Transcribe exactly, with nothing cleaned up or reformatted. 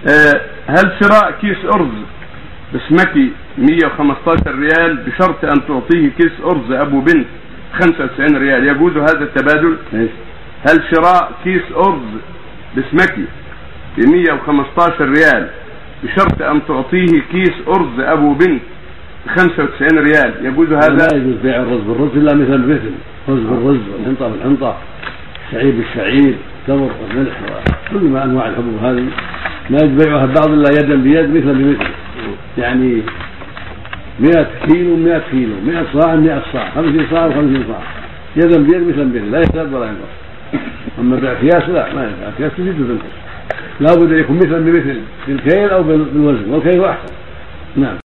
آه هل شراء كيس أرز بسمتي مئة وخمستاشر ريال بشرط أن تعطيه كيس أرز أبو بنت خمسة وتسعين ريال يجوز هذا التبادل؟ هل شراء كيس أرز بسمتي ب مئة وخمستاشر ريال بشرط أن تعطيه كيس أرز أبو بنت خمسة وتسعين ريال يجوز هذا؟ لا يجوز بيع الرز بالرز إلا مثل بمثل، رز بالرز والحنطة بالحنطة، الشعير بالشعير، التمر والملح وكل ما أنواع الحبوب هذه ما يبيعها بعض إلا يدا بيد مثل بمثل، يعني مئة كيلو مئة كيلو، مئة صاع مئة صاع، خمسين صاع وخمسين صاع، يدا بيد مثل بمثل، لا يحسب ولا ينقص. أما بأكياس لا، ما ينفع، أكياس تزيد وتنقص، لا بد أن يكون مثلا بمثل بالكيل أو بالوزن، والكيل أحسن. نعم.